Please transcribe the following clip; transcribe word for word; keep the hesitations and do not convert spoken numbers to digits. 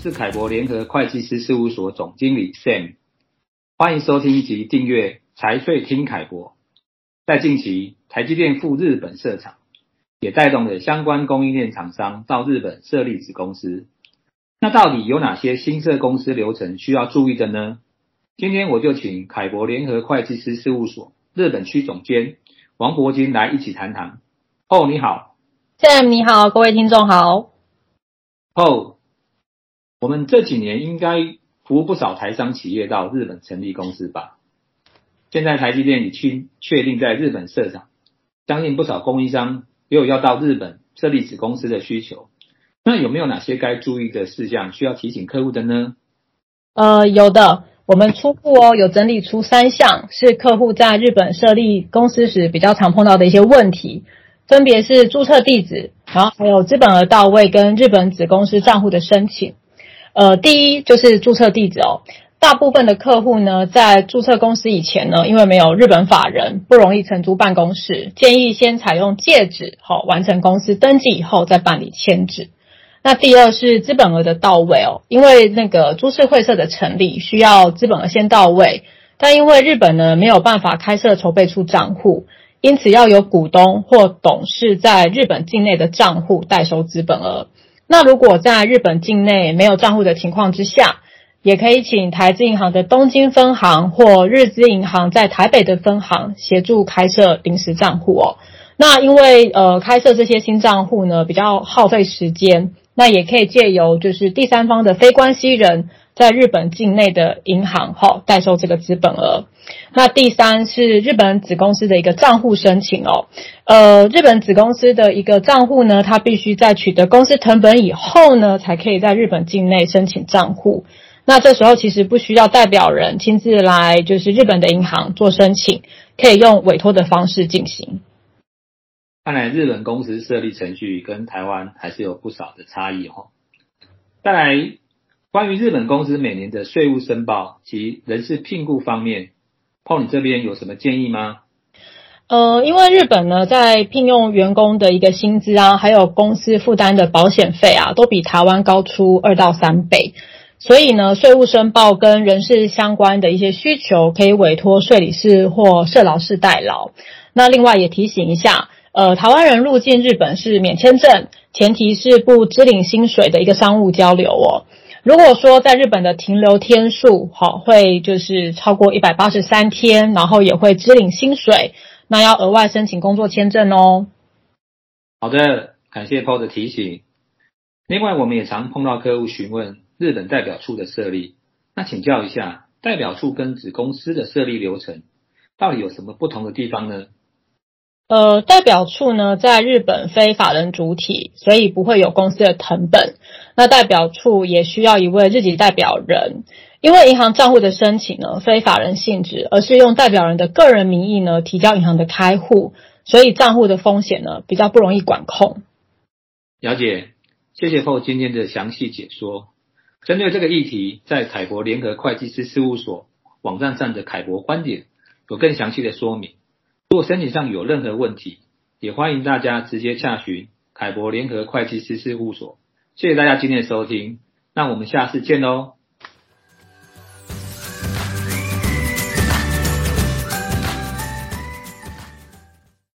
是凯博联合会计师事务所总经理 Sam， 欢迎收听及订阅财税听凯博。在近期，台积电赴日本设厂，也带动了相关供应链厂商到日本设立子公司。那到底有哪些新设公司流程需要注意的呢？今天我就请凯博联合会计师事务所日本区总监王博金来一起谈谈。哦，你好。 Sam 你好，各位听众好。 哦，我们这几年应该服务不少台商企业到日本成立公司吧？现在台积电已确确定在日本设厂，相信不少供应商也有要到日本设立子公司的需求。那有没有哪些该注意的事项需要提醒客户的呢？ 呃，有的，我们初步哦有整理出三项是客户在日本设立公司时比较常碰到的一些问题，分别是注册地址，然后还有资本额到位跟日本子公司账户的申请。呃，第一就是注册地址哦。大部分的客户呢，在注册公司以前呢，因为没有日本法人，不容易承租办公室，建议先采用借址，好、哦、完成公司登记以后再办理迁址。那第二是资本额的到位哦，因为那个株式会社的成立需要资本额先到位，但因为日本呢没有办法开设筹备处账户，因此要有股东或董事在日本境内的账户代收资本额。那如果在日本境内没有账户的情况之下，也可以请台资银行的东京分行或日资银行在台北的分行协助开设临时账户哦。那因为呃开设这些新账户呢比较耗费时间，那也可以借由就是第三方的非关系人在日本境内的银行哈代收这个资本额。那第三是日本子公司的一个账户申请哦，呃，日本子公司的一个账户呢，它必须在取得公司誊本以后呢，才可以在日本境内申请账户。那这时候其实不需要代表人亲自来，就是日本的银行做申请，可以用委托的方式进行。 看来日本公司设立程序跟台湾还是有不少的差异哦。再来，关于日本公司每年的税务申报及人事聘雇方面，Paul 你这边有什么建议吗？ 呃，因为日本呢，在聘用员工的一个薪资啊，还有公司负担的保险费啊，都比台湾高出二到三倍。所以呢，税务申报跟人事相关的一些需求，可以委托税理士或社劳士代劳。那另外也提醒一下，呃，台湾人入境日本是免签证，前提是不支领薪水的一个商务交流哦。如果说在日本的停留天数，好，会就是超过一百八十三天，然后也会支领薪水，那要额外申请工作签证哦。 好的，感谢 Paul 的提醒。另外，我们也常碰到客户询问日本代表处的设立，那请教一下，代表处跟子公司的设立流程到底有什么不同的地方呢？ 呃，代表处呢，在日本非法人主体，所以不会有公司的誊本。那代表处也需要一位日籍代表人，因为银行账户的申请呢，非法人性质，而是用代表人的个人名义呢，提交银行的开户，所以账户的风险呢，比较不容易管控。 了解，谢谢 Paul 今天的详细解说。针对这个议题，在凯博联合会计师事务所网站上的凯博观点有更详细的说明。如果申请上有任何问题，也欢迎大家直接洽询凯博联合会计师事务所。谢谢大家今天的收听，那我们下次见喽。